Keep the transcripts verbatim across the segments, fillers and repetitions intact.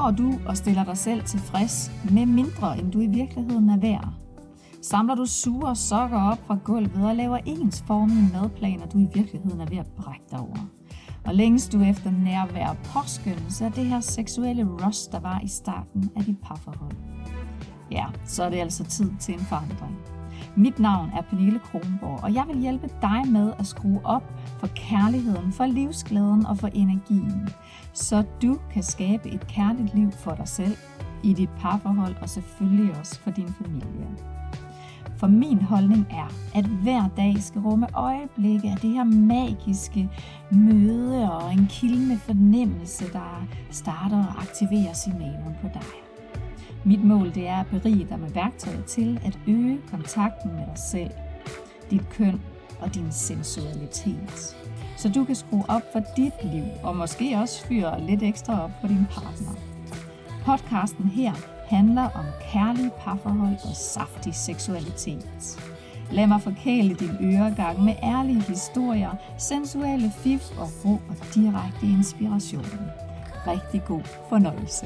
går du og stiller dig selv tilfreds med mindre, end du i virkeligheden er værd? Samler du sure sokker op fra gulvet og laver ensformige madplaner, du i virkeligheden er ved at brække dig over? Og længes du efter nærvær og påskyndelse af det her seksuelle rush, der var i starten af dit parforhold? Ja, så er det altså tid til en forandring. Mit navn er Pernille Kronborg, og jeg vil hjælpe dig med at skrue op for kærligheden, for livsglæden og for energien, så du kan skabe et kærligt liv for dig selv, i dit parforhold og selvfølgelig også for din familie. For min holdning er, at hver dag skal rumme øjeblikke af det her magiske møde og en kildende fornemmelse, der starter og aktiveres i maven på dig. Mit mål det er at berige dig med værktøjer til at øge kontakten med dig selv, dit køn og din sensualitet, så du kan skrue op for dit liv og måske også fyre lidt ekstra op for din partner. Podcasten her handler om kærlige parforhold og saftig seksualitet. Lad mig forkæle din øregang med ærlige historier, sensuelle fif og ro og direkte inspiration. Rigtig god fornøjelse.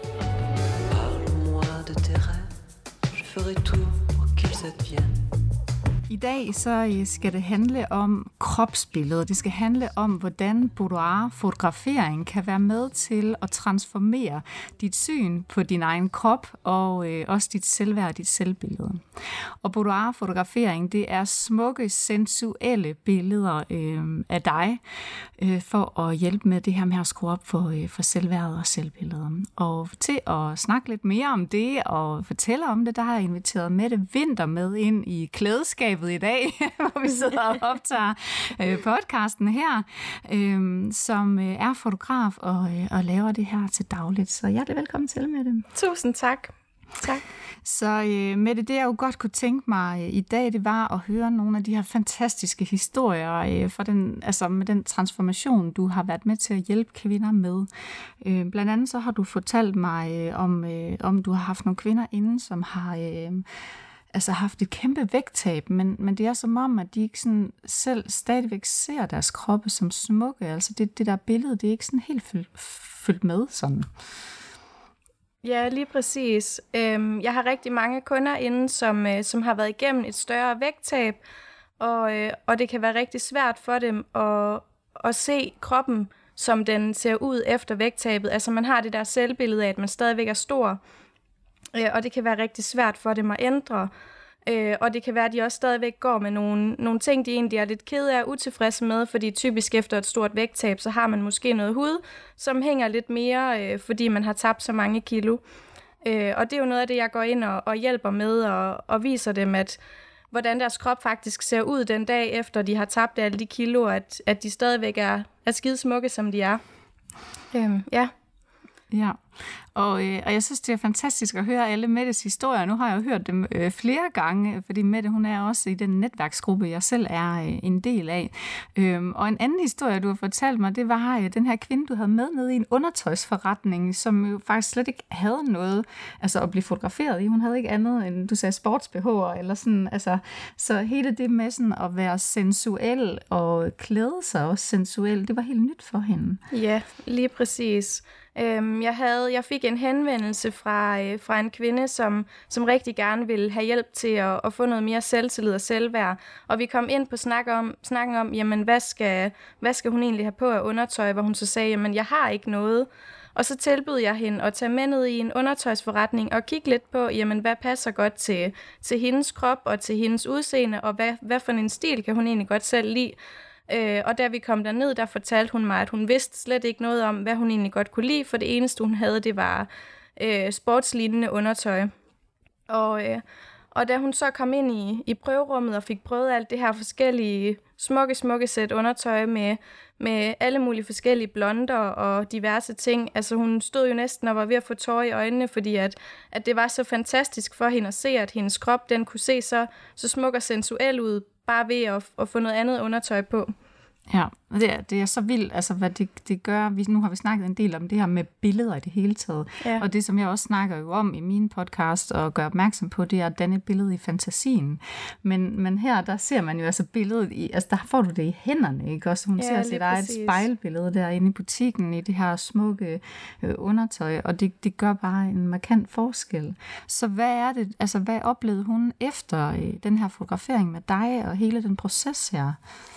Parle-moi de tes rêves, je ferai tout pour qu'ils adviennent. I dag så skal det handle om kropsbilledet. Det skal handle om, hvordan boudoir-fotografering kan være med til at transformere dit syn på din egen krop og øh, også dit selvværd og dit selvbillede. Og boudoir-fotografering, det er smukke, sensuelle billeder øh, af dig øh, for at hjælpe med det her med at skrue op for, øh, for selvværdet og selvbilledet. Og til at snakke lidt mere om det og fortælle om det, der har jeg inviteret Mette Winther med ind i klædeskabet i dag, hvor vi sidder og optager øh, podcasten her, øh, som øh, er fotograf og, øh, og laver det her til dagligt. Så hjertelig velkommen til, Mette. Tusind tak. Tak. Så øh, Mette, det jeg jo godt kunne tænke mig øh, i dag, det var at høre nogle af de her fantastiske historier øh, for den, altså med den transformation, du har været med til at hjælpe kvinder med. Øh, blandt andet så har du fortalt mig øh, om, øh, om du har haft nogle kvinder inde, som har øh, altså haft et kæmpe vægttab, men, men det er som om, at de ikke sådan selv stadigvæk ser deres kroppe som smukke. Altså det, det der billede, det er ikke sådan helt fyldt, fyldt med sådan. Ja, lige præcis. Øhm, jeg har rigtig mange kunder inde, som, øh, som har været igennem et større vægttab, og, øh, og det kan være rigtig svært for dem at, at se kroppen, som den ser ud efter vægttabet. Altså man har det der selvbillede af, at man stadigvæk er stor, øh, og det kan være rigtig svært for dem at ændre. Øh, og det kan være, at de også stadigvæk går med nogle, nogle ting, de egentlig er lidt kede af og utilfredse med, fordi typisk efter et stort vægttab, så har man måske noget hud, som hænger lidt mere, øh, fordi man har tabt så mange kilo. Øh, og det er jo noget af det, jeg går ind og, og hjælper med, og, og viser dem, at hvordan deres krop faktisk ser ud den dag efter, de har tabt alle de kilo, at, at de stadigvæk er, er skidesmukke, som de er. Øh, ja. Ja, og, øh, og jeg synes, det er fantastisk at høre alle Mettes historier. Nu har jeg jo hørt dem øh, flere gange, fordi Mette, hun er også i den netværksgruppe, jeg selv er øh, en del af. Øhm, og en anden historie, du har fortalt mig, det var øh, den her kvinde, du havde med nede i en undertøjsforretning, som jo faktisk slet ikke havde noget altså at blive fotograferet i. Hun havde ikke andet end, du sagde, sports-B H'er eller sådan. Altså, så hele det med sådan at være sensuel og klæde sig også sensuel, det var helt nyt for hende. Ja, lige præcis. Jeg, havde, jeg fik en henvendelse fra, øh, fra en kvinde, som, som rigtig gerne ville have hjælp til at, at få noget mere selvtillid og selvværd. Og vi kom ind på snak om, snakken om, jamen, hvad skal, hvad skal hun egentlig have på af undertøj, hvor hun så sagde, jamen, jeg har ikke noget. Og så tilbød jeg hende at tage med ned i en undertøjsforretning og kigge lidt på, jamen, hvad passer godt til, til hendes krop og til hendes udseende, og hvad, hvad for en stil kan hun egentlig godt selv lide. Øh, og da vi kom derned, der fortalte hun mig, at hun vidste slet ikke noget om, hvad hun egentlig godt kunne lide, for det eneste, hun havde, det var øh, sportslignende undertøj. Og, øh, og da hun så kom ind i, i prøverummet og fik prøvet alt det her forskellige smukke, smukke sæt undertøj med, med alle mulige forskellige blonder og diverse ting, altså hun stod jo næsten og var ved at få tårer i øjnene, fordi at, at det var så fantastisk for hende at se, at hendes krop, den kunne se så, så smuk og sensuel ud, bare ved at, at få noget andet undertøj på. Ja, det er, det er så vildt, altså hvad det, det gør. Vi, nu har vi snakket en del om det her med billeder i det hele taget. Ja. Og det, som jeg også snakker jo om i min podcast og gør opmærksom på, det er at danne et billede i fantasien. Men, men her, der ser man jo altså billedet i, altså der får du det i hænderne, ikke? Også hun ja, ser sit eget spejlbillede derinde i butikken i det her smukke øh, undertøj, og det, det gør bare en markant forskel. Så hvad er det, altså hvad oplevede hun efter øh, den her fotografering med dig og hele den proces her?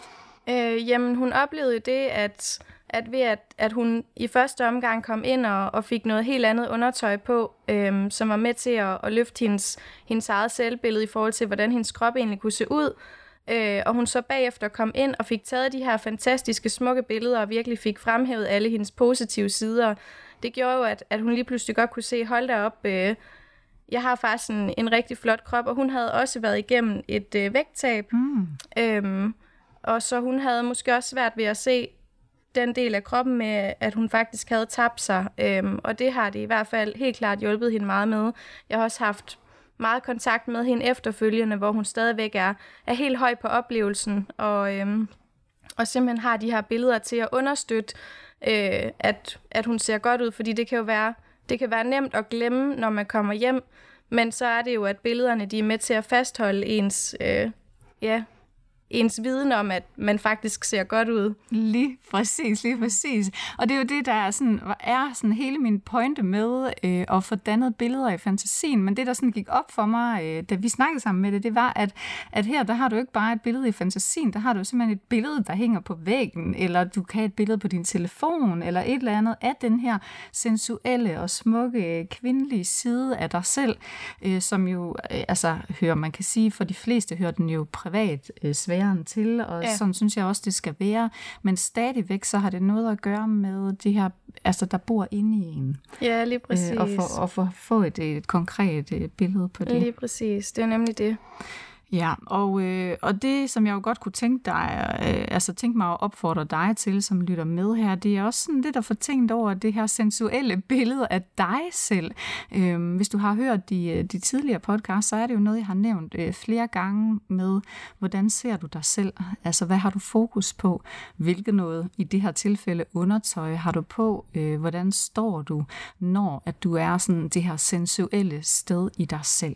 Øh, jamen, hun oplevede jo det, at, at ved at, at hun i første omgang kom ind og, og fik noget helt andet undertøj på, øh, som var med til at, at løfte hendes, hendes eget selvbillede i forhold til, hvordan hendes krop egentlig kunne se ud. Øh, og hun så bagefter kom ind og fik taget de her fantastiske, smukke billeder og virkelig fik fremhævet alle hendes positive sider. Det gjorde jo, at, at hun lige pludselig godt kunne se, hold da op, øh, jeg har faktisk en, en rigtig flot krop, og hun havde også været igennem et øh, vægttab. Mm. Øh, Og så hun havde måske også svært ved at se den del af kroppen med, at hun faktisk havde tabt sig. Øhm, og det har det i hvert fald helt klart hjulpet hende meget med. Jeg har også haft meget kontakt med hende efterfølgende, hvor hun stadigvæk er, er helt høj på oplevelsen. Og, øhm, og simpelthen har de her billeder til at understøtte, øh, at, at hun ser godt ud. Fordi det kan jo være, det kan være nemt at glemme, når man kommer hjem. Men så er det jo, at billederne de er med til at fastholde ens... Øh, ja, ens viden om, at man faktisk ser godt ud. Lige præcis, lige præcis. Og det er jo det, der er sådan, er sådan hele min pointe med øh, at få dannet billeder i fantasien. Men det, der sådan gik op for mig, øh, da vi snakkede sammen med det, det var, at, at her, der har du ikke bare et billede i fantasien, der har du simpelthen et billede, der hænger på væggen, eller du kan have et billede på din telefon, eller et eller andet af den her sensuelle og smukke kvindelige side af dig selv, øh, som jo, øh, altså, hører, man kan sige, for de fleste hører den jo privat øh, svær til, og ja. Sådan synes jeg også, det skal være. Men stadigvæk, så har det noget at gøre med det her, altså der bor inde i en. Ja, lige præcis. Øh, og få og for, få et, et konkret et billede på det. Lige præcis, det er nemlig det. Ja, og, øh, og det, som jeg jo godt kunne tænke dig, øh, altså tænke mig at opfordre dig til, som lytter med her, det er også sådan lidt at få tænkt over det her sensuelle billede af dig selv. Øh, hvis du har hørt de, de tidligere podcasts, så er det jo noget, jeg har nævnt øh, flere gange med, hvordan ser du dig selv? Altså, hvad har du fokus på? Hvilket noget, i det her tilfælde, undertøj har du på? Øh, hvordan står du, når at du er sådan det her sensuelle sted i dig selv?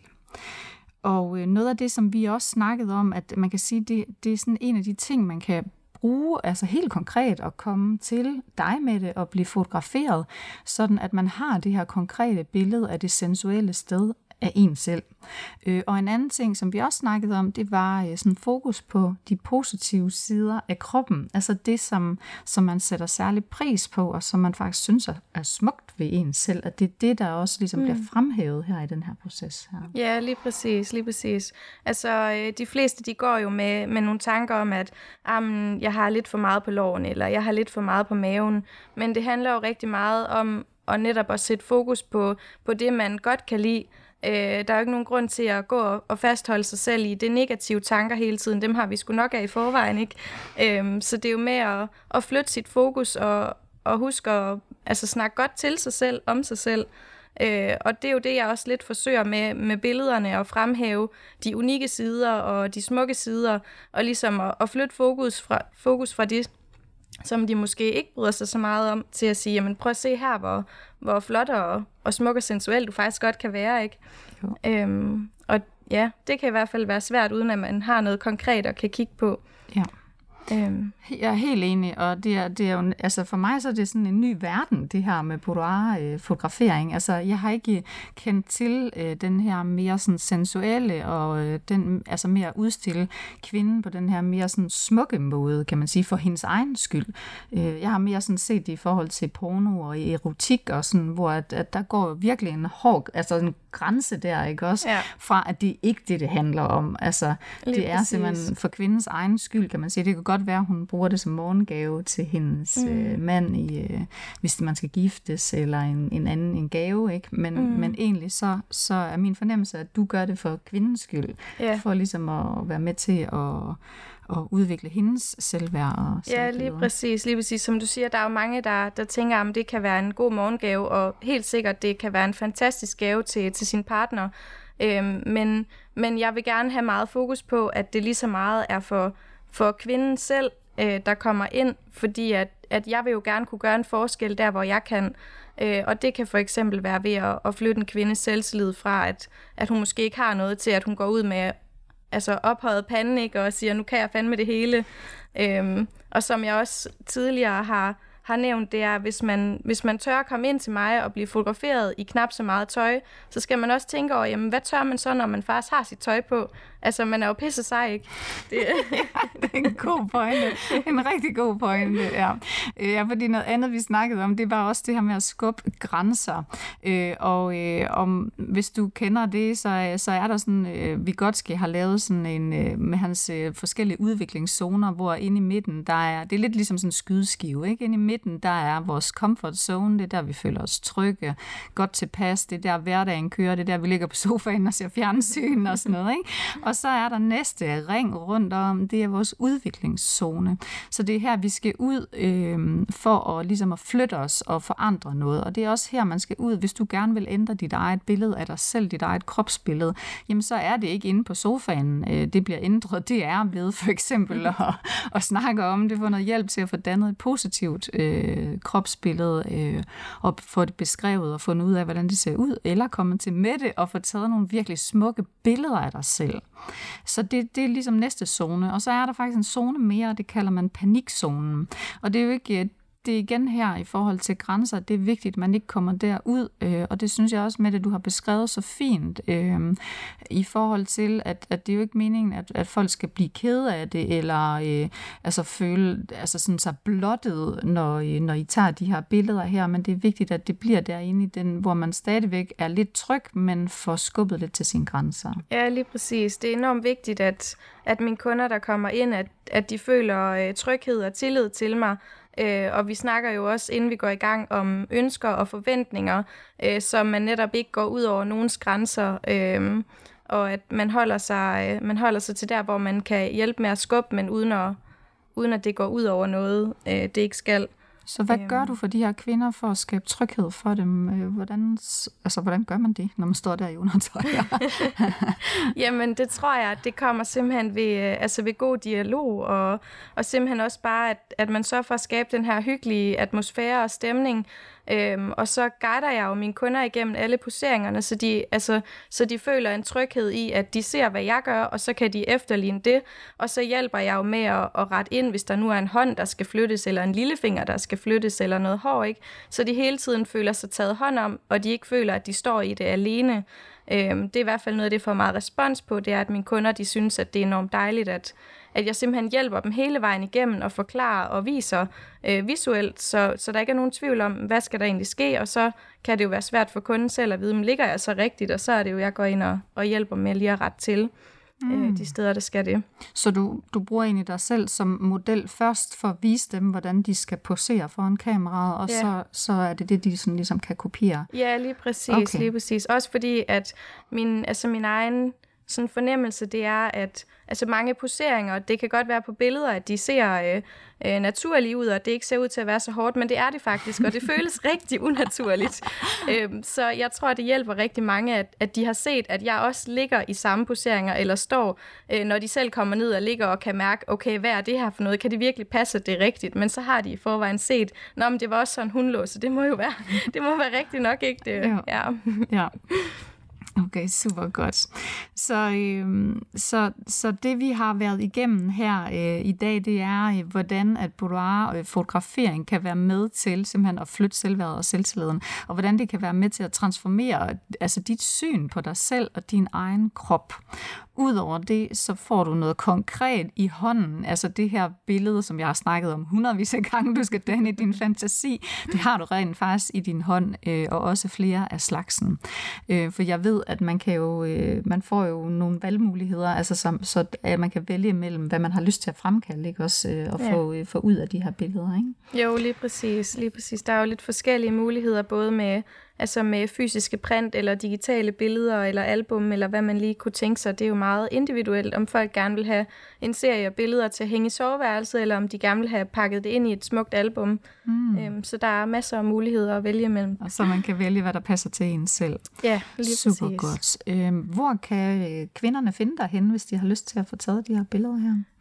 Og noget af det, som vi også snakkede om, at man kan sige, det, det er sådan en af de ting, man kan bruge, altså helt konkret at komme til dig med det og blive fotograferet, sådan at man har det her konkrete billede af det sensuelle sted af en selv. Øh, og en anden ting, som vi også snakkede om, det var øh, sådan fokus på de positive sider af kroppen. Altså det, som, som man sætter særlig pris på, og som man faktisk synes er, er smukt ved en selv. At det er det, der også ligesom mm. bliver fremhævet her i den her proces her. Ja, lige præcis, lige præcis. Altså øh, de fleste, de går jo med, med nogle tanker om, at um, jeg har lidt for meget på lårene, eller jeg har lidt for meget på maven. Men det handler jo rigtig meget om at netop at sætte fokus på, på det, man godt kan lide. Øh, der er jo ikke nogen grund til at gå og fastholde sig selv i det negative tanker hele tiden. Dem har vi sgu nok af i forvejen, ikke? Øh, så det er jo med at, at flytte sit fokus og, og huske at altså, snakke godt til sig selv, om sig selv. Øh, og det er jo det, jeg også lidt forsøger med, med billederne, at fremhæve de unikke sider og de smukke sider, og ligesom at, at flytte fokus fra, fokus fra det, som de måske ikke bryder sig så meget om, til at sige, jamen prøv at se her, hvor, hvor flot og, og smuk og sensuel du faktisk godt kan være, ikke? Øhm, og ja, det kan i hvert fald være svært, uden at man har noget konkret at kan kigge på. Ja. Øhm. Jeg er helt enig, og det er, det er jo, altså for mig så er det sådan en ny verden, det her med boudoir-fotografering. Altså jeg har ikke kendt til øh, den her mere sådan sensuelle og øh, den altså mere udstille kvinden på den her mere sådan smukke måde, kan man sige, for hendes egen skyld. Øh, jeg har mere sådan set det i forhold til porno og erotik og sådan, hvor at, at der går virkelig en hård, altså en grænse der, ikke også? Ja. Fra at det ikke det, det handler om. Altså lige det er præcis. Simpelthen for kvindens egen skyld, kan man sige. Det kan godt være, at hun bruger det som morgengave til hendes mm. øh, mand, i, øh, hvis man skal giftes, eller en, en anden en gave, ikke? Men, mm. men egentlig så, så er min fornemmelse, at du gør det for kvindens skyld, yeah. for ligesom at være med til at, at udvikle hendes selvværd og selvglæde. Ja, lige præcis, lige præcis. Som du siger, der er jo mange, der, der tænker, at det kan være en god morgengave, og helt sikkert, det kan være en fantastisk gave til, til sin partner. Øhm, men, men jeg vil gerne have meget fokus på, at det lige så meget er for for kvinden selv, øh, der kommer ind, fordi at, at jeg vil jo gerne kunne gøre en forskel der, hvor jeg kan. Øh, og det kan for eksempel være ved at, at flytte en kvindes selvtillid fra, at, at hun måske ikke har noget, til at hun går ud med altså ophøjet panden, ikke, og siger, nu kan jeg fandme det hele. Øhm, og som jeg også tidligere har, har nævnt, det er, hvis man, hvis man tør at komme ind til mig og blive fotograferet i knap så meget tøj, så skal man også tænke over, jamen, hvad tør man så, når man faktisk har sit tøj på? Altså, man er jo pisse sej, ikke? Det, ja, det er en god pointe. En rigtig god pointe, ja. Ja, fordi noget andet, vi snakkede om, det var også det her med at skubbe grænser. Øh, og øh, om, hvis du kender det, så, så er der sådan, øh, Vygotsky har lavet sådan en, øh, med hans øh, forskellige udviklingszoner, hvor inde i midten, der er, det er lidt ligesom sådan en skydeskive, ikke? Inde i midten, der er vores comfort zone, det er der, vi føler os trygge, godt tilpas, det er der, hverdagen kører, det er der, vi ligger på sofaen og ser fjernsyn og sådan noget, ikke? Og så er der næste ring rundt om, det er vores udviklingszone. Så det er her, vi skal ud øh, for at, ligesom at flytte os og forandre noget. Og det er også her, man skal ud, hvis du gerne vil ændre dit eget billede af dig selv, dit eget kropsbillede, jamen så er det ikke inde på sofaen, øh, det bliver ændret. Det er ved for eksempel at, at snakke om det, få noget hjælp til at få dannet et positivt øh, kropsbillede, øh, og få det beskrevet og fundet ud af, hvordan det ser ud, eller komme til med det og få taget nogle virkelig smukke billeder af dig selv. Så det, det er ligesom næste zone. Og så er der faktisk en zone mere, det kalder man panikzonen. Og det er jo ikke... Det er igen her i forhold til grænser, det er vigtigt, at man ikke kommer derud, øh, og det synes jeg også med, at du har beskrevet så fint, øh, i forhold til, at, at det er jo ikke meningen, at, at folk skal blive kede af det, eller øh, altså føle altså sådan så blottet, når, øh, når I tager de her billeder her, men det er vigtigt, at det bliver derinde i den, hvor man stadigvæk er lidt tryg, men får skubbet lidt til sine grænser. Ja, lige præcis. Det er enormt vigtigt, at, at mine kunder, der kommer ind, at, at de føler øh, tryghed og tillid til mig. Øh, og vi snakker jo også, inden vi går i gang, om ønsker og forventninger, øh, så man netop ikke går ud over nogens grænser, øh, og at man holder, sig, øh, man holder sig til der, hvor man kan hjælpe med at skubbe, men uden at, uden at det går ud over noget, øh, det ikke skal. Så hvad gør du for de her kvinder for at skabe tryghed for dem? Hvordan, altså, hvordan gør man det, når man står der i undertøj? Jamen, det tror jeg, at det kommer simpelthen ved, altså ved god dialog, og, og simpelthen også bare, at, at man sørger for at skabe den her hyggelige atmosfære og stemning. Øhm, og så guider jeg jo mine kunder igennem alle poseringerne, så de, altså, så de føler en tryghed i, at de ser, hvad jeg gør, og så kan de efterligne det. Og så hjælper jeg jo med at, at rette ind, hvis der nu er en hånd, der skal flyttes, eller en lillefinger, der skal flyttes, eller noget hår, ikke? Så de hele tiden føler sig taget hånd om, og de ikke føler, at de står i det alene. Øhm, det er i hvert fald noget, det får meget respons på, det er, at mine kunder, de synes, at det er enormt dejligt, at at jeg simpelthen hjælper dem hele vejen igennem og forklarer og viser øh, visuelt, så, så der ikke er nogen tvivl om, hvad skal der egentlig ske, og så kan det jo være svært for kunden selv at vide, men ligger jeg så rigtigt, og så er det jo, jeg går ind og, og hjælper med lige at rette til mm. øh, de steder, der skal det. Så du, du bruger egentlig dig selv som model først for at vise dem, hvordan de skal posere foran kameraet, og ja. så, så er det det, de sådan ligesom kan kopiere? Ja, lige præcis, okay. lige præcis. Også fordi, at min, altså min egen sådan fornemmelse, det er, at altså mange poseringer, det kan godt være på billeder, at de ser øh, øh, naturlige ud, og det ikke ser ud til at være så hårdt, men det er det faktisk, og det føles rigtig unaturligt. øhm, så jeg tror, det hjælper rigtig mange, at, at de har set, at jeg også ligger i samme poseringer, eller står, øh, når de selv kommer ned og ligger og kan mærke, okay, hvad er det her for noget? Kan det virkelig passe, det er rigtigt? Men så har de i forvejen set, nå, men det var også sådan hun lå, så det må jo være, det må være rigtigt nok, ikke? Det, ja. ja. ja. Okay, super godt. Så, øh, så, så det vi har været igennem her øh, i dag, det er, øh, hvordan at boudoir og fotografering kan være med til simpelthen at flytte selvværdet og selvtilliden, og hvordan det kan være med til at transformere altså dit syn på dig selv og din egen krop. Udover det, så får du noget konkret i hånden, altså det her billede, som jeg har snakket om hundredvis af gange, du skal danne i din fantasi, det har du rent faktisk i din hånd, øh, og også flere af slagsen. Øh, for jeg ved, at man kan jo, øh, man får jo nogle valgmuligheder, altså som, så at man kan vælge mellem, hvad man har lyst til at fremkalde, ikke også, øh, og ja. få, øh, få ud af de her billeder, ikke? Jo, lige præcis, lige præcis. Der er jo lidt forskellige muligheder, både med altså med fysiske print, eller digitale billeder, eller album, eller hvad man lige kunne tænke sig. Det er jo meget individuelt, om folk gerne vil have en serie af billeder til at hænge i soveværelset, eller om de gerne vil have pakket det ind i et smukt album. Mm. Øhm, så der er masser af muligheder at vælge mellem. Og så man kan vælge, hvad der passer til en selv. Ja, lige Super præcis. Godt. Øhm, hvor kan kvinderne finde dig henne, hvis de har lyst til at få taget de her billeder her?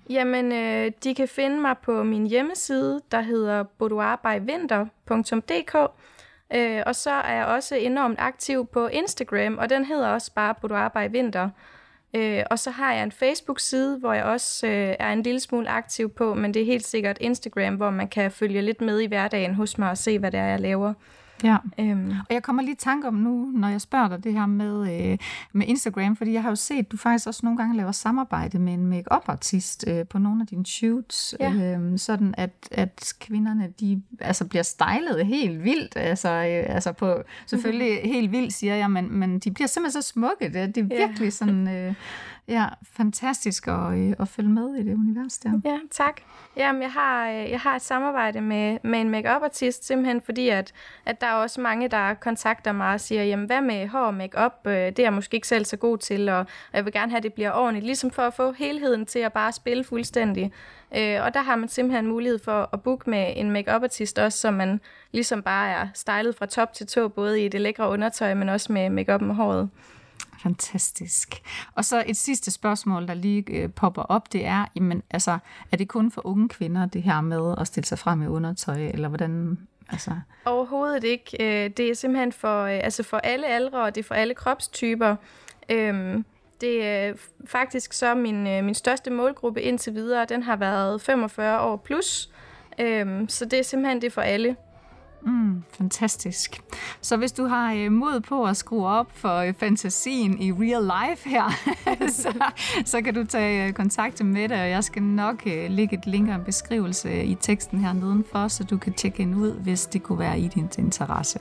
Jamen, øh, de kan finde mig på min hjemmeside, der hedder boudoir by vinter punktum d k. Øh, og så er jeg også enormt aktiv på Instagram, og den hedder også bare Boudoir by Vinter. Øh, og så har jeg en Facebook-side, hvor jeg også øh, er en lille smule aktiv på, men det er helt sikkert Instagram, hvor man kan følge lidt med i hverdagen hos mig og se, hvad det er, jeg laver. Ja, øhm. og jeg kommer lige i tanke om nu, når jeg spørger dig det her med, øh, med Instagram, fordi jeg har jo set, at du faktisk også nogle gange laver samarbejde med en make-up-artist øh, på nogle af dine shoots, ja. øh, sådan at, at kvinderne, de altså bliver stylet helt vildt, altså, øh, altså på, selvfølgelig mm-hmm. helt vildt, siger jeg, men, men de bliver simpelthen så smukke, det, det er virkelig ja. sådan... Øh, Ja, fantastisk at, øh, at følge med i det univers der. Ja, tak. Jamen, jeg har, jeg har et samarbejde med, med en make-up-artist, simpelthen fordi, at, at der er også mange, der kontakter mig og siger, jamen, hvad med hår og make-up? Det er jeg måske ikke selv så god til, og jeg vil gerne have, at det bliver ordentligt, ligesom for at få helheden til at bare spille fuldstændig. Og der har man simpelthen mulighed for at booke med en make-up-artist også, så man ligesom bare er stylet fra top til tå, både i det lækre undertøj, men også med make-up med håret. Fantastisk. Og så et sidste spørgsmål, der lige øh, popper op, det er, jamen, altså, er det kun for unge kvinder, det her med at stille sig frem i undertøj, eller hvordan? Altså? Overhovedet ikke. Det er simpelthen for, altså for alle aldre, og det er for alle kropstyper. Det er faktisk så min, min største målgruppe indtil videre, den har været femogfyrre år plus, så det er simpelthen det for alle. Mm, fantastisk. Så hvis du har øh, mod på at skrue op for øh, fantasien i real life her, så, så kan du tage øh, kontakt til Mette, og jeg skal nok øh, lægge et link og en beskrivelse i teksten her nedenfor, så du kan tjekke hende ud, hvis det kunne være i din interesse.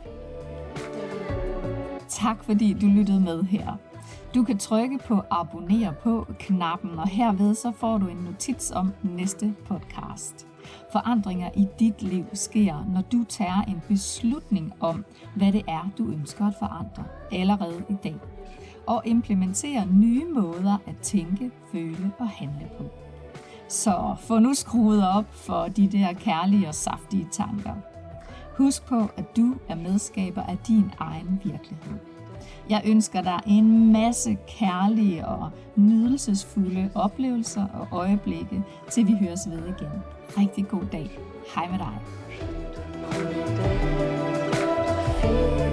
Tak fordi du lyttede med her. Du kan trykke på abonner på-knappen, og herved så får du en notits om næste podcast. Forandringer i dit liv sker, når du tager en beslutning om, hvad det er, du ønsker at forandre allerede i dag, og implementerer nye måder at tænke, føle og handle på. Så få nu skruet op for de der kærlige og saftige tanker. Husk på, at du er medskaber af din egen virkelighed. Jeg ønsker dig en masse kærlige og nydelsesfulde oplevelser og øjeblikke, til vi høres ved igen. Rigtig god dag. Hej med dig.